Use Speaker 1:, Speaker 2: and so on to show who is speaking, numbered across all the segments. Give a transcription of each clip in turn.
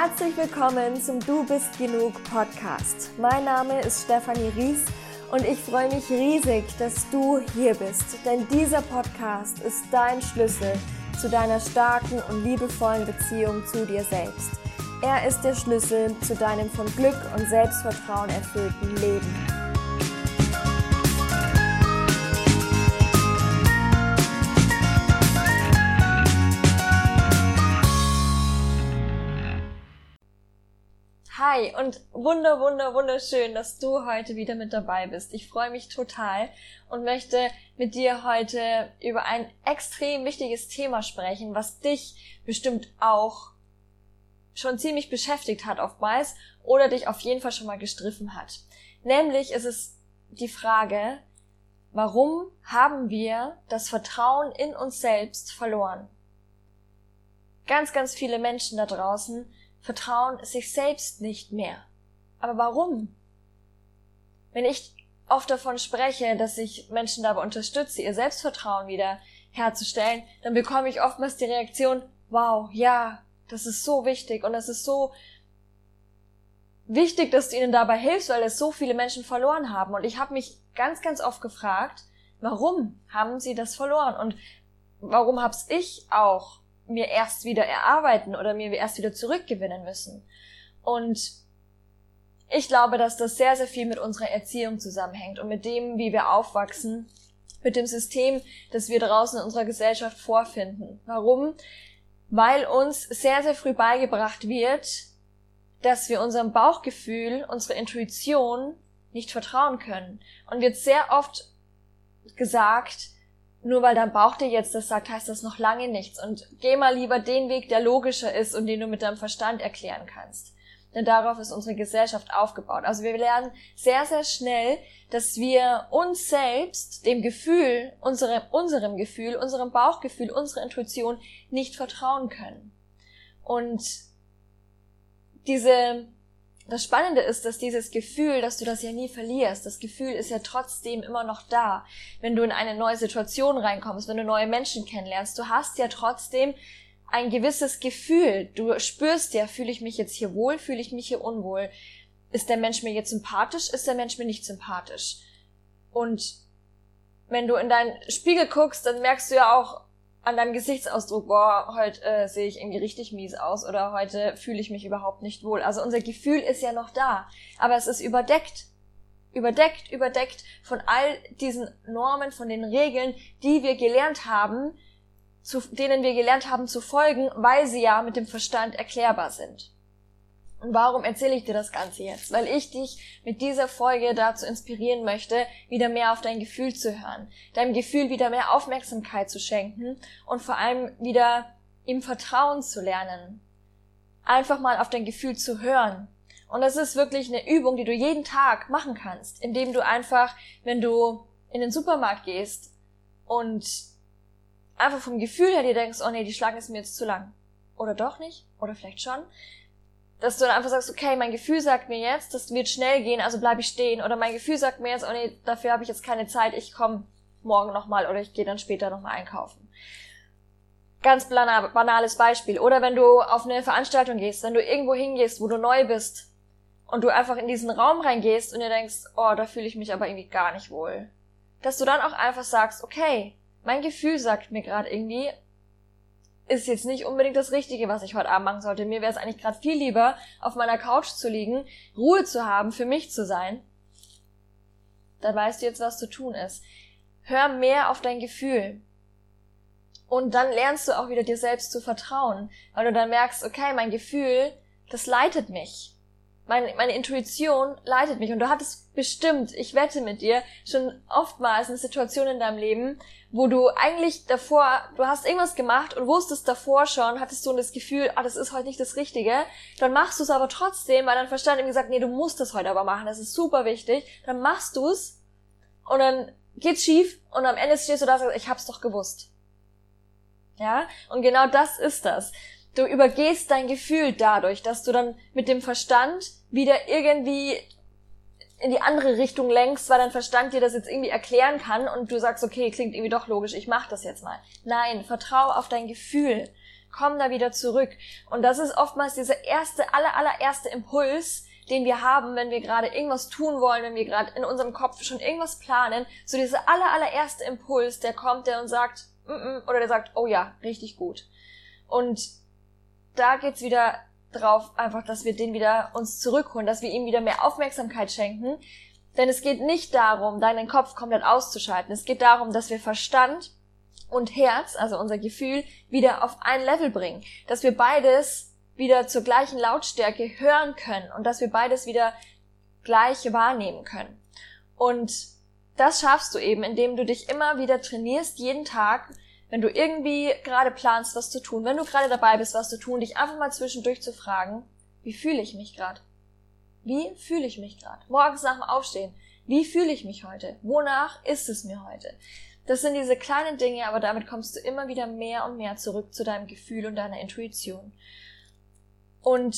Speaker 1: Herzlich willkommen zum Du bist genug Podcast. Mein Name ist Stefanie Ries und ich freue mich riesig, dass du hier bist, denn dieser Podcast ist dein Schlüssel zu deiner starken und liebevollen Beziehung zu dir selbst. Er ist der Schlüssel zu deinem von Glück und Selbstvertrauen erfüllten Leben. Hi und wunderschön, dass du heute wieder mit dabei bist. Ich freue mich total und möchte mit dir heute über ein extrem wichtiges Thema sprechen, was dich bestimmt auch schon ziemlich beschäftigt hat oftmals oder dich auf jeden Fall schon mal gestriffen hat. Nämlich ist es die Frage, warum haben wir das Vertrauen in uns selbst verloren? Ganz viele Menschen da draußen vertrauen sich selbst nicht mehr. Aber warum? Wenn ich oft davon spreche, dass ich Menschen dabei unterstütze, ihr Selbstvertrauen wieder herzustellen, dann bekomme ich oftmals die Reaktion, wow, ja, das ist so wichtig und das ist so wichtig, dass du ihnen dabei hilfst, weil es so viele Menschen verloren haben. Und ich habe mich ganz oft gefragt, warum haben sie das verloren? Und warum hab's ich auch mir erst wieder erarbeiten oder mir erst wieder zurückgewinnen müssen. Und ich glaube, dass das sehr viel mit unserer Erziehung zusammenhängt und mit dem, wie wir aufwachsen, mit dem System, das wir draußen in unserer Gesellschaft vorfinden. Warum? Weil uns sehr früh beigebracht wird, dass wir unserem Bauchgefühl, unserer Intuition nicht vertrauen können. Und wird sehr oft gesagt, nur weil dein Bauch dir jetzt das sagt, heißt das noch lange nichts. Und geh mal lieber den Weg, der logischer ist und den du mit deinem Verstand erklären kannst. Denn darauf ist unsere Gesellschaft aufgebaut. Also wir lernen sehr schnell, dass wir uns selbst, dem Gefühl, unserem Gefühl, unserem Bauchgefühl, unserer Intuition nicht vertrauen können. Und das Spannende ist, dass dieses Gefühl, dass du das ja nie verlierst, das Gefühl ist ja trotzdem immer noch da. Wenn du in eine neue Situation reinkommst, wenn du neue Menschen kennenlernst, du hast ja trotzdem ein gewisses Gefühl. Du spürst ja, fühle ich mich jetzt hier wohl, fühle ich mich hier unwohl? Ist der Mensch mir jetzt sympathisch, ist der Mensch mir nicht sympathisch? Und wenn du in deinen Spiegel guckst, dann merkst du ja auch an deinem Gesichtsausdruck, boah, heute sehe ich irgendwie richtig mies aus oder heute fühle ich mich überhaupt nicht wohl. Also unser Gefühl ist ja noch da, aber es ist überdeckt von all diesen Normen, von den Regeln, die wir gelernt haben, denen wir gelernt haben zu folgen, weil sie ja mit dem Verstand erklärbar sind. Und warum erzähle ich dir das Ganze jetzt? Weil ich dich mit dieser Folge dazu inspirieren möchte, wieder mehr auf dein Gefühl zu hören, deinem Gefühl wieder mehr Aufmerksamkeit zu schenken und vor allem wieder ihm Vertrauen zu lernen. Einfach mal auf dein Gefühl zu hören. Und das ist wirklich eine Übung, die du jeden Tag machen kannst, indem du einfach, wenn du in den Supermarkt gehst und einfach vom Gefühl her dir denkst, oh nee, die Schlange ist mir jetzt zu lang. Oder doch nicht? Oder vielleicht schon? Dass du dann einfach sagst, okay, mein Gefühl sagt mir jetzt, das wird schnell gehen, also bleibe ich stehen. Oder mein Gefühl sagt mir jetzt, oh nee, dafür habe ich jetzt keine Zeit, ich komme morgen nochmal oder ich gehe dann später nochmal einkaufen. Ganz banales Beispiel. Oder wenn du auf eine Veranstaltung gehst, wenn du irgendwo hingehst, wo du neu bist und du einfach in diesen Raum reingehst und dir denkst, oh, da fühle ich mich aber irgendwie gar nicht wohl. Dass du dann auch einfach sagst, okay, mein Gefühl sagt mir gerade irgendwie, ist jetzt nicht unbedingt das Richtige, was ich heute Abend machen sollte. Mir wäre es eigentlich gerade viel lieber, auf meiner Couch zu liegen, Ruhe zu haben, für mich zu sein. Dann weißt du jetzt, was zu tun ist. Hör mehr auf dein Gefühl. Und dann lernst du auch wieder dir selbst zu vertrauen, weil du dann merkst, okay, mein Gefühl, das leitet mich. Meine Intuition leitet mich. Und du hattest bestimmt, ich wette mit dir, schon oftmals eine Situation in deinem Leben, wo du eigentlich davor, du hast irgendwas gemacht und wusstest davor schon, hattest du das Gefühl, das ist heute nicht das Richtige. Dann machst du es aber trotzdem, weil dein Verstand ihm gesagt, nee, du musst das heute aber machen, das ist super wichtig. Dann machst du es und dann geht's schief und am Ende stehst du da und sagst, ich hab's doch gewusst. Ja? Und genau das ist das. Du übergehst dein Gefühl dadurch, dass du dann mit dem Verstand wieder irgendwie in die andere Richtung lenkst, weil dein Verstand dir das jetzt irgendwie erklären kann und du sagst, okay, klingt irgendwie doch logisch, ich mach das jetzt mal. Nein, vertraue auf dein Gefühl. Komm da wieder zurück. Und das ist oftmals dieser allererste Impuls, den wir haben, wenn wir gerade irgendwas tun wollen, wenn wir gerade in unserem Kopf schon irgendwas planen. So dieser allererste Impuls, der kommt, der uns sagt, oder der sagt, oh ja, richtig gut. Und da geht's wieder drauf, einfach, dass wir den wieder uns zurückholen, dass wir ihm wieder mehr Aufmerksamkeit schenken. Denn es geht nicht darum, deinen Kopf komplett auszuschalten. Es geht darum, dass wir Verstand und Herz, also unser Gefühl, wieder auf ein Level bringen. Dass wir beides wieder zur gleichen Lautstärke hören können und dass wir beides wieder gleich wahrnehmen können. Und das schaffst du eben, indem du dich immer wieder trainierst, jeden Tag, wenn du irgendwie gerade planst, was zu tun, wenn du gerade dabei bist, was zu tun, dich einfach mal zwischendurch zu fragen, wie fühle ich mich gerade? Wie fühle ich mich gerade? Morgens nach dem Aufstehen, wie fühle ich mich heute? Wonach ist es mir heute? Das sind diese kleinen Dinge, aber damit kommst du immer wieder mehr und mehr zurück zu deinem Gefühl und deiner Intuition. Und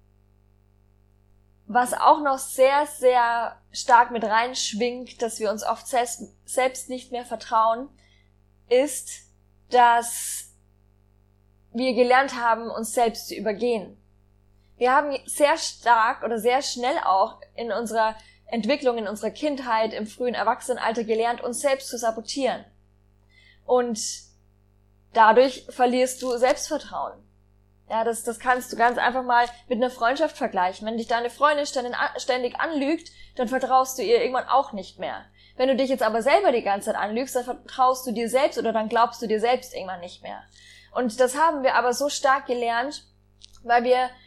Speaker 1: was auch noch sehr, sehr stark mit reinschwingt, dass wir uns oft selbst nicht mehr vertrauen, ist, dass wir gelernt haben, uns selbst zu übergehen. Wir haben sehr stark oder sehr schnell auch in unserer Entwicklung, in unserer Kindheit, im frühen Erwachsenenalter gelernt, uns selbst zu sabotieren. Und dadurch verlierst du Selbstvertrauen. Ja, das kannst du ganz einfach mal mit einer Freundschaft vergleichen. Wenn dich deine Freundin ständig anlügt, dann vertraust du ihr irgendwann auch nicht mehr. Wenn du dich jetzt aber selber die ganze Zeit anlügst, dann vertraust du dir selbst oder dann glaubst du dir selbst irgendwann nicht mehr. Und das haben wir aber so stark gelernt, weil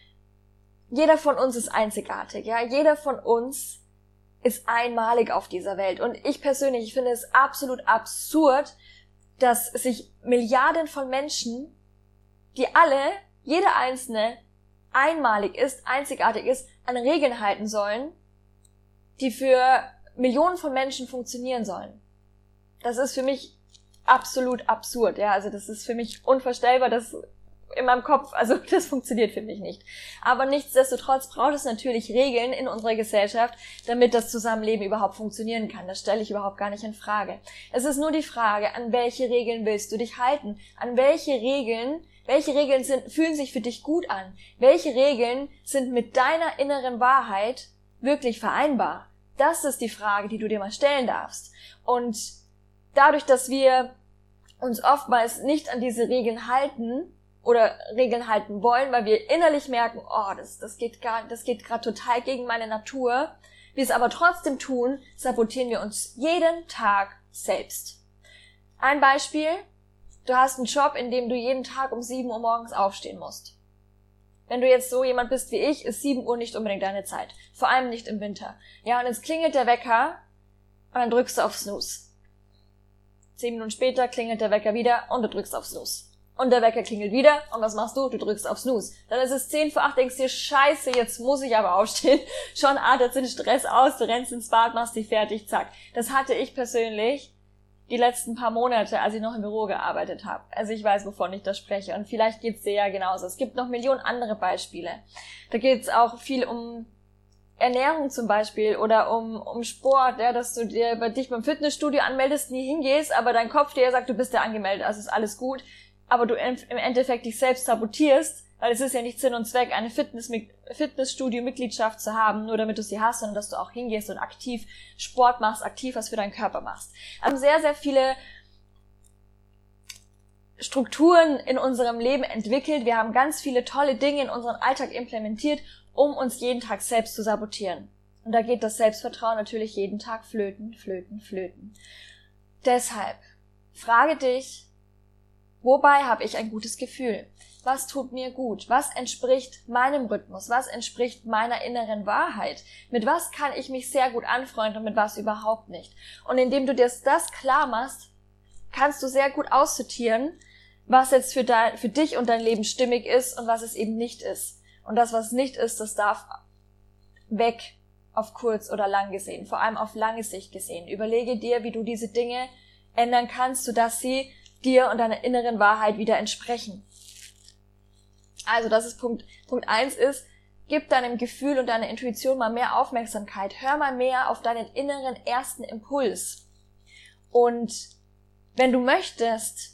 Speaker 1: jeder von uns ist einzigartig, ja. Jeder von uns ist einmalig auf dieser Welt. Und ich persönlich, ich finde es absolut absurd, dass sich Milliarden von Menschen, die alle, jeder einzelne, einmalig ist, einzigartig ist, an Regeln halten sollen, die für Millionen von Menschen funktionieren sollen. Das ist für mich absolut absurd, ja. Also das ist für mich unvorstellbar, das in meinem Kopf, also das funktioniert für mich nicht. Aber nichtsdestotrotz braucht es natürlich Regeln in unserer Gesellschaft, damit das Zusammenleben überhaupt funktionieren kann. Das stelle ich überhaupt gar nicht in Frage. Es ist nur die Frage, an welche Regeln willst du dich halten? An welche Regeln fühlen sich für dich gut an? Welche Regeln sind mit deiner inneren Wahrheit wirklich vereinbar? Das ist die Frage, die du dir mal stellen darfst. Und dadurch, dass wir uns oftmals nicht an diese Regeln halten oder Regeln halten wollen, weil wir innerlich merken, oh, das geht gerade total gegen meine Natur, wir es aber trotzdem tun, sabotieren wir uns jeden Tag selbst. Ein Beispiel: Du hast einen Job, in dem du jeden Tag um 7 Uhr morgens aufstehen musst. Wenn du jetzt so jemand bist wie ich, ist 7 Uhr nicht unbedingt deine Zeit. Vor allem nicht im Winter. Ja, und jetzt klingelt der Wecker und dann drückst du auf Snooze. 10 Minuten später klingelt der Wecker wieder und du drückst auf Snooze. Und der Wecker klingelt wieder und was machst du? Du drückst auf Snooze. Dann ist es 10 vor 8, denkst dir, scheiße, jetzt muss ich aber aufstehen. Schon artet den Stress aus, du rennst ins Bad, machst dich fertig, zack. Das hatte ich persönlich die letzten paar Monate, als ich noch im Büro gearbeitet habe. Also ich weiß, wovon ich da spreche. Und vielleicht geht's dir ja genauso. Es gibt noch Millionen andere Beispiele. Da geht's auch viel um Ernährung zum Beispiel oder um Sport, ja, dass du dich beim Fitnessstudio anmeldest, nie hingehst, aber dein Kopf dir sagt, du bist ja angemeldet, also ist alles gut. Aber du im Endeffekt dich selbst sabotierst, weil es ist ja nicht Sinn und Zweck, eine Fitnessstudio-Mitgliedschaft zu haben, nur damit du sie hast, sondern dass du auch hingehst und aktiv Sport machst, aktiv was für deinen Körper machst. Wir haben sehr, sehr viele Strukturen in unserem Leben entwickelt. Wir haben ganz viele tolle Dinge in unseren Alltag implementiert, um uns jeden Tag selbst zu sabotieren. Und da geht das Selbstvertrauen natürlich jeden Tag flöten. Deshalb frage dich, wobei habe ich ein gutes Gefühl? Was tut mir gut? Was entspricht meinem Rhythmus? Was entspricht meiner inneren Wahrheit? Mit was kann ich mich sehr gut anfreunden und mit was überhaupt nicht? Und indem du dir das klar machst, kannst du sehr gut aussortieren, was jetzt für dich und dein Leben stimmig ist und was es eben nicht ist. Und das, was nicht ist, das darf weg, auf kurz oder lang gesehen, vor allem auf lange Sicht gesehen. Überlege dir, wie du diese Dinge ändern kannst, sodass sie dir und deiner inneren Wahrheit wieder entsprechen. Also das ist Punkt 1 ist, gib deinem Gefühl und deiner Intuition mal mehr Aufmerksamkeit. Hör mal mehr auf deinen inneren ersten Impuls. Und wenn du möchtest,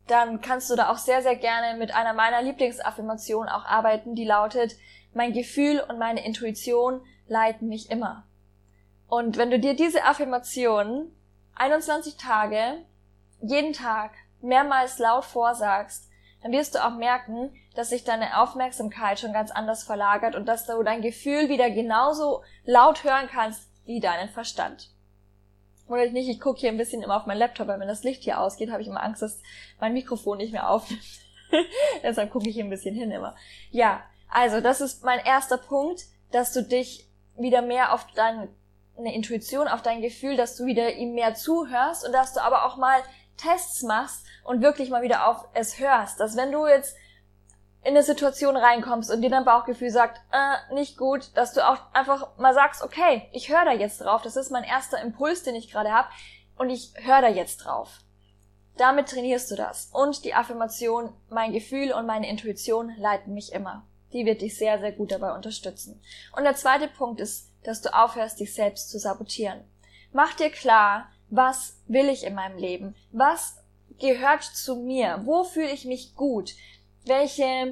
Speaker 1: dann kannst du da auch sehr, sehr gerne mit einer meiner Lieblingsaffirmationen auch arbeiten, die lautet: Mein Gefühl und meine Intuition leiten mich immer. Und wenn du dir diese Affirmation 21 Tage, jeden Tag, mehrmals laut vorsagst, dann wirst du auch merken, dass sich deine Aufmerksamkeit schon ganz anders verlagert und dass du dein Gefühl wieder genauso laut hören kannst wie deinen Verstand. Oder nicht, ich gucke hier ein bisschen immer auf meinen Laptop, weil wenn das Licht hier ausgeht, habe ich immer Angst, dass mein Mikrofon nicht mehr aufnimmt. Deshalb gucke ich hier ein bisschen hin immer. Ja, also das ist mein erster Punkt, dass du dich wieder mehr auf deine Intuition, auf dein Gefühl, dass du wieder ihm mehr zuhörst und dass du aber auch mal Tests machst und wirklich mal wieder auf es hörst. Dass wenn du jetzt in eine Situation reinkommst und dir dein Bauchgefühl sagt, nicht gut, dass du auch einfach mal sagst, okay, ich höre da jetzt drauf, das ist mein erster Impuls, den ich gerade habe und ich höre da jetzt drauf. Damit trainierst du das. Und die Affirmation, mein Gefühl und meine Intuition leiten mich immer. Die wird dich sehr, sehr gut dabei unterstützen. Und der zweite Punkt ist, dass du aufhörst, dich selbst zu sabotieren. Mach dir klar, was will ich in meinem Leben? Was gehört zu mir? Wo fühle ich mich gut? Welche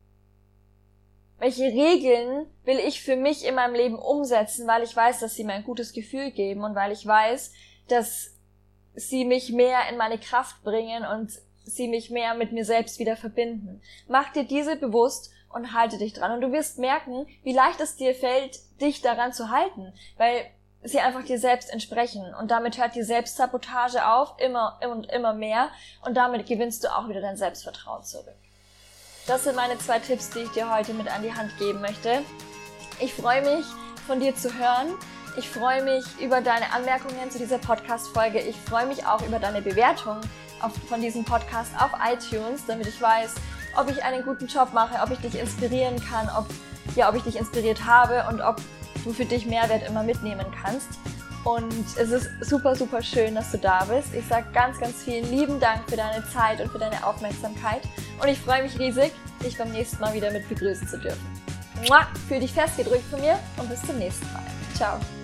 Speaker 1: Regeln will ich für mich in meinem Leben umsetzen, weil ich weiß, dass sie mir ein gutes Gefühl geben und weil ich weiß, dass sie mich mehr in meine Kraft bringen und sie mich mehr mit mir selbst wieder verbinden. Mach dir diese bewusst und halte dich dran. Und du wirst merken, wie leicht es dir fällt, dich daran zu halten, weil sie einfach dir selbst entsprechen. Und damit hört die Selbstsabotage auf, immer und immer mehr. Und damit gewinnst du auch wieder dein Selbstvertrauen zurück. Das sind meine 2 Tipps, die ich dir heute mit an die Hand geben möchte. Ich freue mich, von dir zu hören. Ich freue mich über deine Anmerkungen zu dieser Podcast-Folge. Ich freue mich auch über deine Bewertung von diesem Podcast auf iTunes, damit ich weiß, ob ich einen guten Job mache, ob ich dich inspirieren kann, ob ich dich inspiriert habe und ob du für dich Mehrwert immer mitnehmen kannst. Und es ist super, super schön, dass du da bist. Ich sage ganz, ganz vielen lieben Dank für deine Zeit und für deine Aufmerksamkeit. Und ich freue mich riesig, dich beim nächsten Mal wieder mit begrüßen zu dürfen. Fühl dich festgedrückt von mir und bis zum nächsten Mal. Ciao.